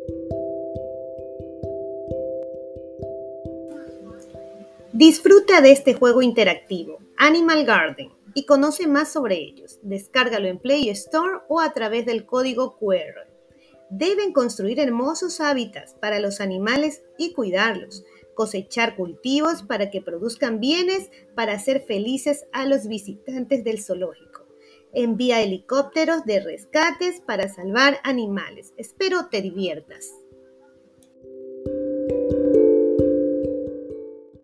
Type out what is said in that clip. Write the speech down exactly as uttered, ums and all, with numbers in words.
Disfruta de este juego interactivo, Animal Garden, y conoce más sobre ellos. Descárgalo en Play Store o a través del código Q R. Deben construir hermosos hábitats para los animales y cuidarlos, cosechar cultivos para que produzcan bienes para hacer felices a los visitantes del zoológico. Envía helicópteros de rescates para salvar animales. Espero te diviertas.